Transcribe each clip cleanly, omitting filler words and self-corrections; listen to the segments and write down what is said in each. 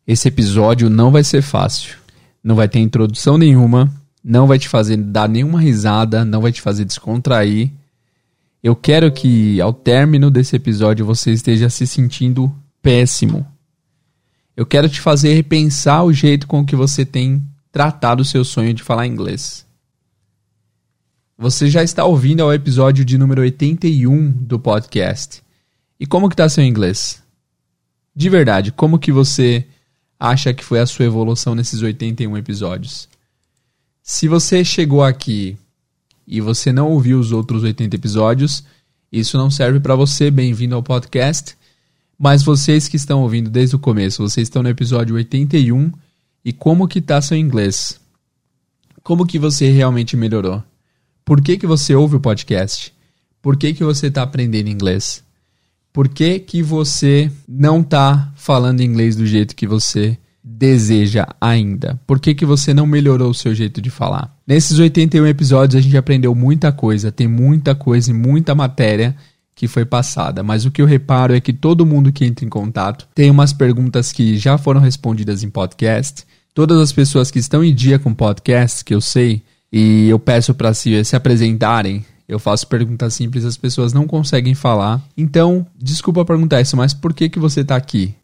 Esse episódio não vai ser fácil. Não vai ter introdução nenhuma, não vai te fazer dar nenhuma risada, não vai te fazer descontrair. Eu quero que ao término desse episódio você esteja se sentindo péssimo. Eu quero te fazer repensar o jeito com que você tem tratado o seu sonho de falar inglês. Você já está ouvindo ao episódio de número 81 do podcast. E como que está seu inglês? De verdade, como que você acha que foi a sua evolução nesses 81 episódios? Se você chegou aqui e você não ouviu os outros 80 episódios, isso não serve para você, bem-vindo ao podcast. Mas vocês que estão ouvindo desde o começo, vocês estão no episódio 81, e como que está seu inglês? Como que você realmente melhorou? Por que que você ouve o podcast? Por que que você está aprendendo inglês? Por que que você não está falando inglês do jeito que você deseja ainda? Por que que você não melhorou o seu jeito de falar? Nesses 81 episódios a gente aprendeu muita coisa, tem muita coisa e muita matéria que foi passada. Mas o que eu reparo é que todo mundo que entra em contato tem umas perguntas que já foram respondidas em podcast. Todas as pessoas que estão em dia com podcast, que eu sei, e eu peço para se apresentarem, eu faço perguntas simples, as pessoas não conseguem falar. Então, desculpa perguntar isso, mas por que que você está aqui?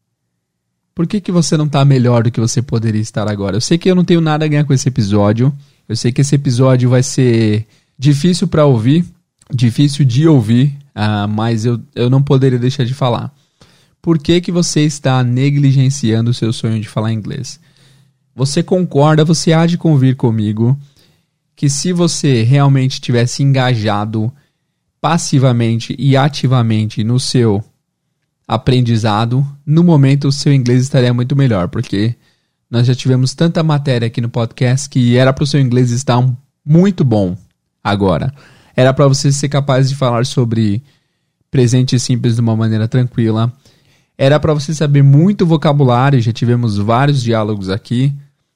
Por que que você não está melhor do que você poderia estar agora? Eu sei que eu não tenho nada a ganhar com esse episódio. Eu sei que esse episódio vai ser difícil para ouvir, difícil de ouvir, mas eu não poderia deixar de falar. Por que que você está negligenciando o seu sonho de falar inglês? Você concorda, você há de convir comigo que se você realmente tivesse engajado passivamente e ativamente no seu aprendizado, no momento o seu inglês estaria muito melhor, porque nós já tivemos tanta matéria aqui no podcast que era para o seu inglês estar muito bom agora. Era para você ser capaz de falar sobre presente simples de uma maneira tranquila. Era para você saber muito vocabulário, já tivemos vários diálogos aqui.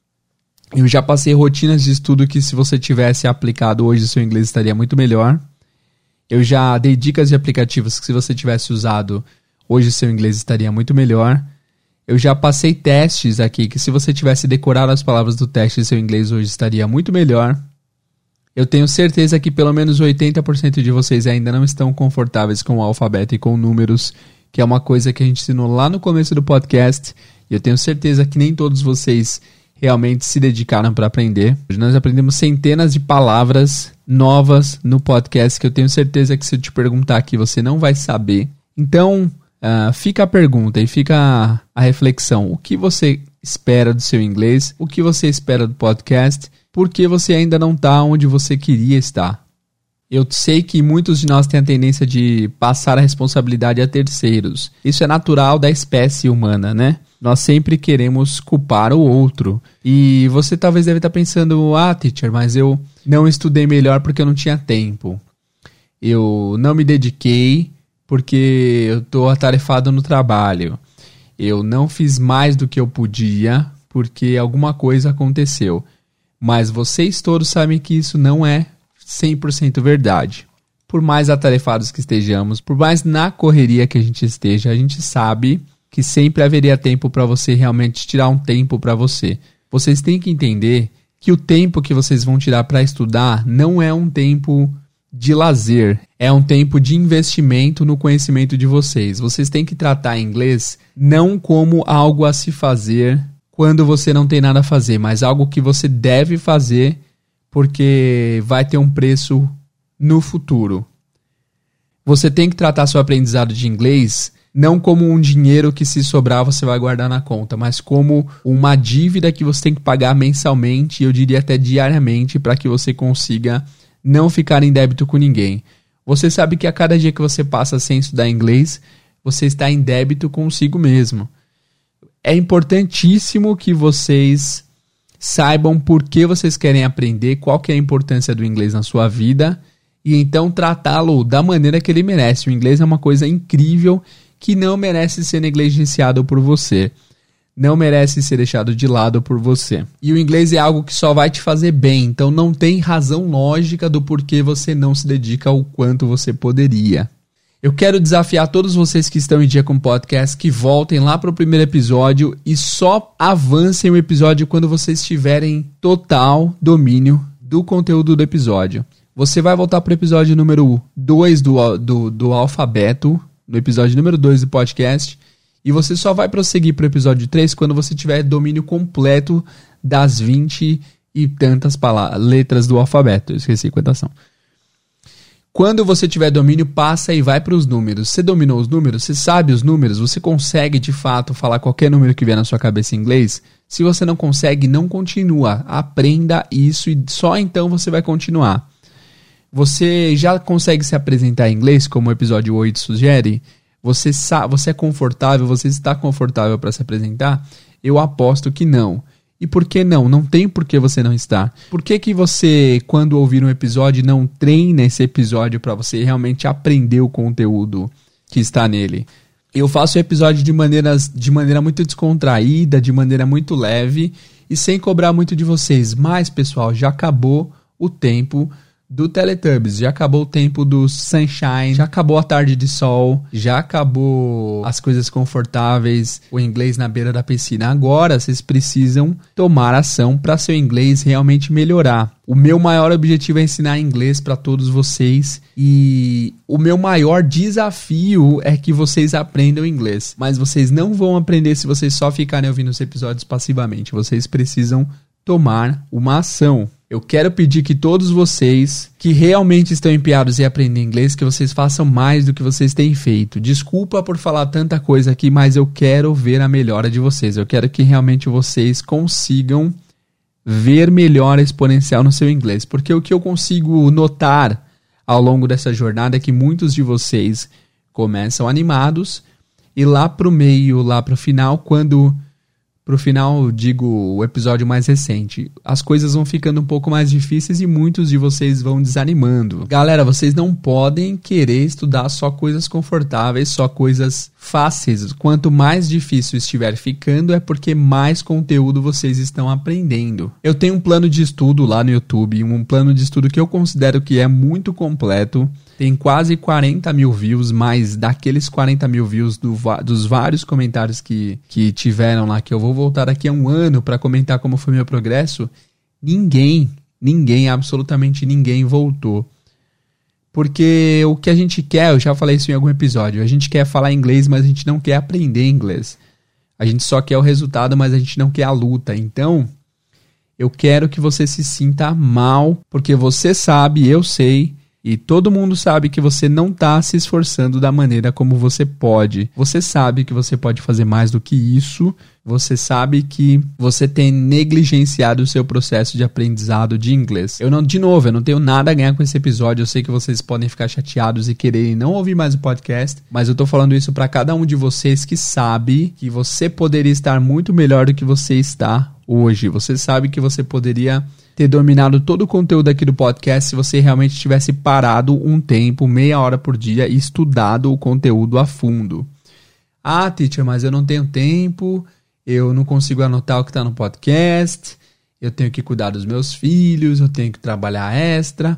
Eu já passei rotinas de estudo que se você tivesse aplicado hoje, o seu inglês estaria muito melhor. Eu já dei dicas de aplicativos que se você tivesse usado, hoje o seu inglês estaria muito melhor. Eu já passei testes aqui que se você tivesse decorado as palavras do teste, seu inglês hoje estaria muito melhor. Eu tenho certeza que pelo menos 80% de vocês ainda não estão confortáveis com o alfabeto e com números, que é uma coisa que a gente ensinou lá no começo do podcast. E eu tenho certeza que nem todos vocês realmente se dedicaram para aprender. Hoje nós aprendemos centenas de palavras novas no podcast que eu tenho certeza que se eu te perguntar aqui você não vai saber. Então, fica a pergunta e fica a reflexão. O que você espera do seu inglês? O que você espera do podcast? Por que você ainda não está onde você queria estar? Eu sei que muitos de nós têm a tendência de passar a responsabilidade a terceiros. Isso é natural da espécie humana, né? Nós sempre queremos culpar o outro. E você talvez deve estar pensando, teacher, mas eu não estudei melhor porque eu não tinha tempo. Eu não me dediquei porque eu estou atarefado no trabalho. Eu não fiz mais do que eu podia porque alguma coisa aconteceu. Mas vocês todos sabem que isso não é 100% verdade. Por mais atarefados que estejamos, por mais na correria que a gente esteja, a gente sabe que sempre haveria tempo para você realmente tirar um tempo para você. Vocês têm que entender que o tempo que vocês vão tirar para estudar não é um tempo de lazer, é um tempo de investimento no conhecimento de vocês. Vocês têm que tratar inglês não como algo a se fazer quando você não tem nada a fazer, mas algo que você deve fazer porque vai ter um preço no futuro. Você tem que tratar seu aprendizado de inglês não como um dinheiro que se sobrar você vai guardar na conta, mas como uma dívida que você tem que pagar mensalmente, eu diria até diariamente, para que você consiga não ficar em débito com ninguém. Você sabe que a cada dia que você passa sem estudar inglês, você está em débito consigo mesmo. É importantíssimo que vocês saibam por que vocês querem aprender, qual que é a importância do inglês na sua vida e então tratá-lo da maneira que ele merece. O inglês é uma coisa incrível que não merece ser negligenciado por você. Não merece ser deixado de lado por você. E o inglês é algo que só vai te fazer bem, então não tem razão lógica do porquê você não se dedica ao quanto você poderia. Eu quero desafiar todos vocês que estão em dia com o podcast que voltem lá para o primeiro episódio e só avancem o episódio quando vocês tiverem total domínio do conteúdo do episódio. Você vai voltar para o episódio número 2 do alfabeto, no episódio número 2 do podcast, e você só vai prosseguir para o episódio 3 quando você tiver domínio completo das 20 e tantas letras do alfabeto. Eu esqueci quantas são. Quando você tiver domínio, passa e vai para os números. Você dominou os números? Você sabe os números? Você consegue, de fato, falar qualquer número que vier na sua cabeça em inglês? Se você não consegue, não continua. Aprenda isso e só então você vai continuar. Você já consegue se apresentar em inglês, como o episódio 8 sugere? Você é confortável? Você está confortável para se apresentar? Eu aposto que não. E por que não? Não tem por que você não estar. Por que você, quando ouvir um episódio, não treina esse episódio para você realmente aprender o conteúdo que está nele? Eu faço o episódio de maneira muito descontraída, de maneira muito leve e sem cobrar muito de vocês. Mas, pessoal, já acabou o tempo do Teletubbies, já acabou o tempo do Sunshine, já acabou a tarde de sol, já acabou as coisas confortáveis, o inglês na beira da piscina. Agora vocês precisam tomar ação para seu inglês realmente melhorar. O meu maior objetivo é ensinar inglês para todos vocês e o meu maior desafio é que vocês aprendam inglês. Mas vocês não vão aprender se vocês só ficarem ouvindo os episódios passivamente. Vocês precisam tomar uma ação. Eu quero pedir que todos vocês que realmente estão empenhados em aprender inglês, que vocês façam mais do que vocês têm feito. Desculpa por falar tanta coisa aqui, mas eu quero ver a melhora de vocês. Eu quero que realmente vocês consigam ver melhora exponencial no seu inglês. Porque o que eu consigo notar ao longo dessa jornada é que muitos de vocês começam animados e lá pro meio, lá pro final, pro final, digo, o episódio mais recente, as coisas vão ficando um pouco mais difíceis e muitos de vocês vão desanimando. Galera, vocês não podem querer estudar só coisas confortáveis, só coisas fáceis. Quanto mais difícil estiver ficando, é porque mais conteúdo vocês estão aprendendo. Eu tenho um plano de estudo lá no YouTube, um plano de estudo que eu considero que é muito completo. Tem quase 40 mil views, mas daqueles 40 mil views dos vários comentários que tiveram lá, que eu vou voltar daqui a um ano para comentar como foi meu progresso, ninguém, absolutamente ninguém voltou. Porque o que a gente quer, eu já falei isso em algum episódio, a gente quer falar inglês, mas a gente não quer aprender inglês. A gente só quer o resultado, mas a gente não quer a luta. Então, eu quero que você se sinta mal, porque você sabe, eu sei, e todo mundo sabe que você não está se esforçando da maneira como você pode. Você sabe que você pode fazer mais do que isso. Você sabe que você tem negligenciado o seu processo de aprendizado de inglês. Eu não tenho nada a ganhar com esse episódio. Eu sei que vocês podem ficar chateados e quererem não ouvir mais o podcast. Mas eu tô falando isso para cada um de vocês que sabe que você poderia estar muito melhor do que você está hoje. Você sabe que você poderia ter dominado todo o conteúdo aqui do podcast se você realmente tivesse parado um tempo, meia hora por dia e estudado o conteúdo a fundo. Ah, teacher, mas eu não tenho tempo, eu não consigo anotar o que está no podcast, eu tenho que cuidar dos meus filhos, eu tenho que trabalhar extra.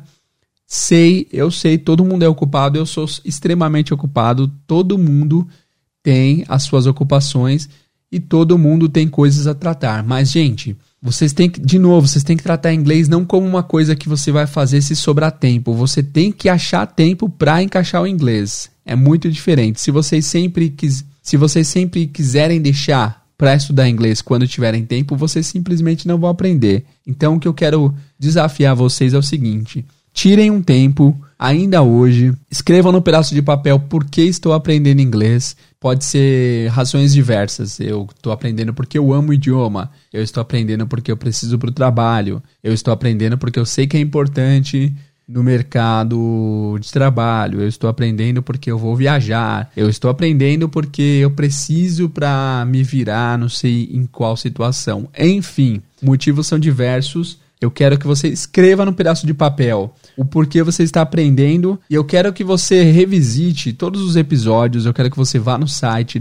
Eu sei, todo mundo é ocupado, eu sou extremamente ocupado, todo mundo tem as suas ocupações e todo mundo tem coisas a tratar. Mas, gente, vocês têm que tratar inglês não como uma coisa que você vai fazer se sobrar tempo. Você tem que achar tempo para encaixar o inglês. É muito diferente. Se vocês sempre quiserem deixar para estudar inglês quando tiverem tempo, vocês simplesmente não vão aprender. Então, o que eu quero desafiar vocês é o seguinte: tirem um tempo, ainda hoje, escrevam no pedaço de papel por que estou aprendendo inglês. Pode ser razões diversas. Eu estou aprendendo porque eu amo o idioma. Eu estou aprendendo porque eu preciso para o trabalho. Eu estou aprendendo porque eu sei que é importante no mercado de trabalho. Eu estou aprendendo porque eu vou viajar. Eu estou aprendendo porque eu preciso para me virar, não sei em qual situação. Enfim, motivos são diversos. Eu quero que você escreva no pedaço de papel o porquê você está aprendendo e eu quero que você revisite todos os episódios. Eu quero que você vá no site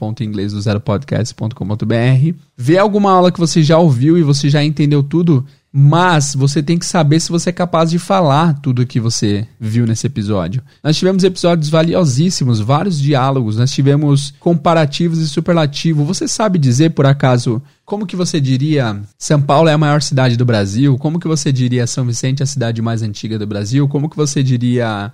www.inglesdozeropodcast.com.br, vê alguma aula que você já ouviu e você já entendeu tudo Mas você tem que saber se você é capaz de falar tudo o que você viu nesse episódio. Nós tivemos episódios valiosíssimos, vários diálogos, nós tivemos comparativos e superlativo. Você sabe dizer, por acaso, como que você diria São Paulo é a maior cidade do Brasil? Como que você diria São Vicente é a cidade mais antiga do Brasil? Como que você diria...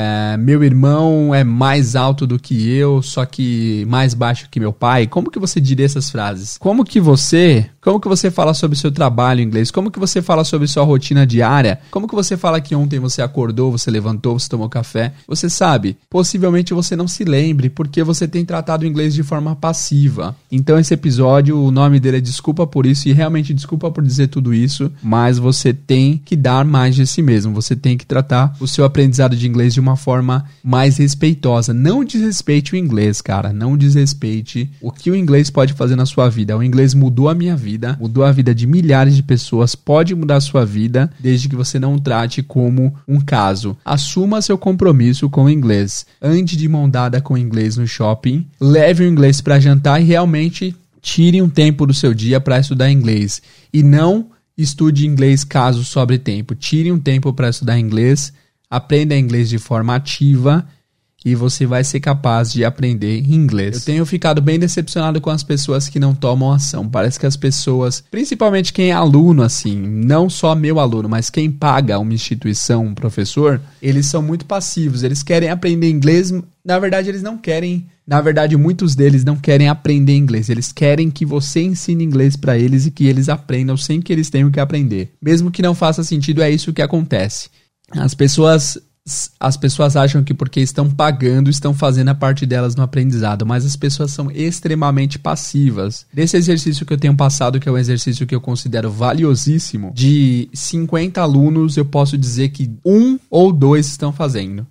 meu irmão é mais alto do que eu, só que mais baixo que meu pai? Como que você diria essas frases? Como que você fala sobre o seu trabalho em inglês? Como que você fala sobre sua rotina diária? Como que você fala que ontem você acordou, você levantou, você tomou café? Você sabe, possivelmente você não se lembre, porque você tem tratado o inglês de forma passiva. Então esse episódio, o nome dele é Desculpa por Isso, e realmente desculpa por dizer tudo isso, mas você tem que dar mais de si mesmo. Você tem que tratar o seu aprendizado de inglês de uma forma mais respeitosa. Não desrespeite o inglês, cara. Não desrespeite o que o inglês pode fazer na sua vida. O inglês mudou a minha vida, mudou a vida de milhares de pessoas, pode mudar a sua vida, desde que você não trate como um caso. Assuma seu compromisso com o inglês. Ande de mão dada com o inglês no shopping, leve o inglês para jantar e realmente tire um tempo do seu dia para estudar inglês. E não estude inglês caso sobre tempo. Tire um tempo para estudar inglês. Aprenda inglês de forma ativa e você vai ser capaz de aprender inglês. Eu tenho ficado bem decepcionado com as pessoas que não tomam ação. Parece que as pessoas, principalmente quem é aluno, assim, não só meu aluno, mas quem paga uma instituição, um professor, eles são muito passivos. Eles querem aprender inglês, na verdade eles não querem... Na verdade, muitos deles não querem aprender inglês. Eles querem que você ensine inglês para eles e que eles aprendam sem que eles tenham que aprender. Mesmo que não faça sentido, é isso que acontece. As pessoas acham que porque estão pagando, estão fazendo a parte delas no aprendizado, mas as pessoas são extremamente passivas. Desse exercício que eu tenho passado, que é um exercício que eu considero valiosíssimo, de 50 alunos, eu posso dizer que 1 ou 2 estão fazendo.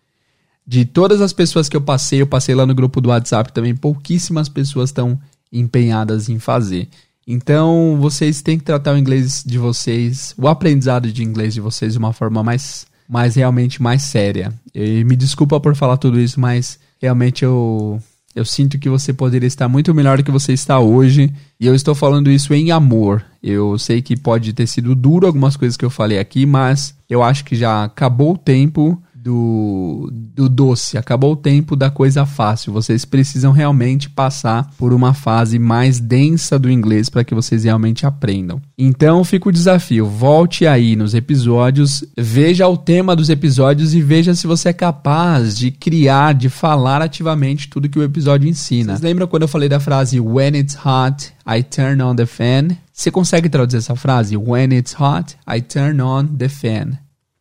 De todas as pessoas que eu passei lá no grupo do WhatsApp também, pouquíssimas pessoas estão empenhadas em fazer. Então, vocês têm que tratar o inglês de vocês, o aprendizado de inglês de vocês de uma forma realmente mais séria. E me desculpa por falar tudo isso, mas realmente eu sinto que você poderia estar muito melhor do que você está hoje. E eu estou falando isso em amor. Eu sei que pode ter sido duro algumas coisas que eu falei aqui, mas eu acho que já acabou o tempo do doce, acabou o tempo da coisa fácil. Vocês precisam realmente passar por uma fase mais densa do inglês para que vocês realmente aprendam. Então fica o desafio, volte aí nos episódios, veja o tema dos episódios e veja se você é capaz de criar, de falar ativamente tudo que o episódio ensina. Vocês lembram quando eu falei da frase When it's hot, I turn on the fan? Você consegue traduzir essa frase? When it's hot, I turn on the fan.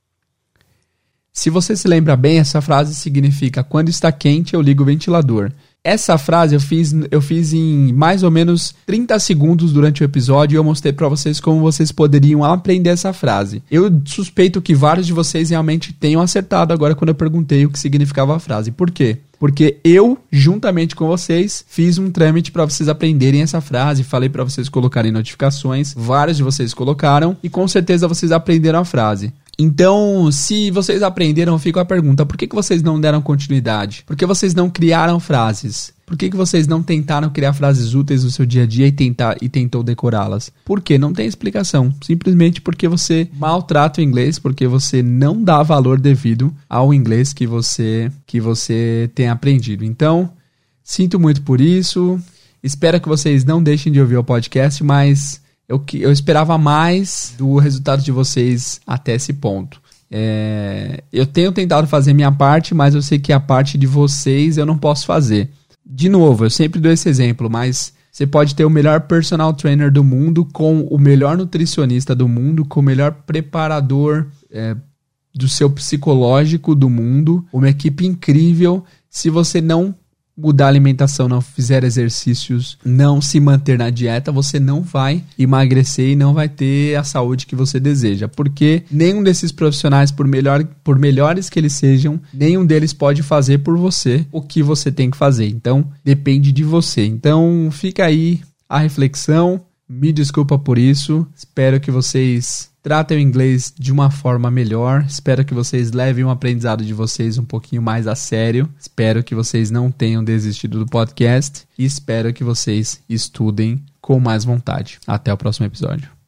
Se você se lembra bem, essa frase significa quando está quente, eu ligo o ventilador. Essa frase eu fiz em mais ou menos 30 segundos durante o episódio e eu mostrei para vocês como vocês poderiam aprender essa frase. Eu suspeito que vários de vocês realmente tenham acertado agora quando eu perguntei o que significava a frase. Por quê? Porque eu, juntamente com vocês, fiz um trâmite para vocês aprenderem essa frase, falei para vocês colocarem notificações, vários de vocês colocaram e com certeza vocês aprenderam a frase. Então, se vocês aprenderam, fica a pergunta, por que vocês não deram continuidade? Por que vocês não criaram frases? Por que vocês não tentaram criar frases úteis no seu dia a dia e tentou decorá-las? Por quê? Não tem explicação. Simplesmente porque você maltrata o inglês, porque você não dá valor devido ao inglês que você tem aprendido. Então, sinto muito por isso. Espero que vocês não deixem de ouvir o podcast, mas... Eu esperava mais do resultado de vocês até esse ponto. Eu tenho tentado fazer minha parte, mas eu sei que a parte de vocês eu não posso fazer. De novo, eu sempre dou esse exemplo, mas você pode ter o melhor personal trainer do mundo, com o melhor nutricionista do mundo, com o melhor preparador do seu psicológico do mundo, uma equipe incrível. Se você não mudar a alimentação, não fizer exercícios, não se manter na dieta, você não vai emagrecer e não vai ter a saúde que você deseja. Porque nenhum desses profissionais, por melhores que eles sejam, nenhum deles pode fazer por você o que você tem que fazer. Então, depende de você. Então, fica aí a reflexão. Me desculpa por isso. Espero que vocês tratem o inglês de uma forma melhor. Espero que vocês levem o aprendizado de vocês um pouquinho mais a sério. Espero que vocês não tenham desistido do podcast. E espero que vocês estudem com mais vontade. Até o próximo episódio.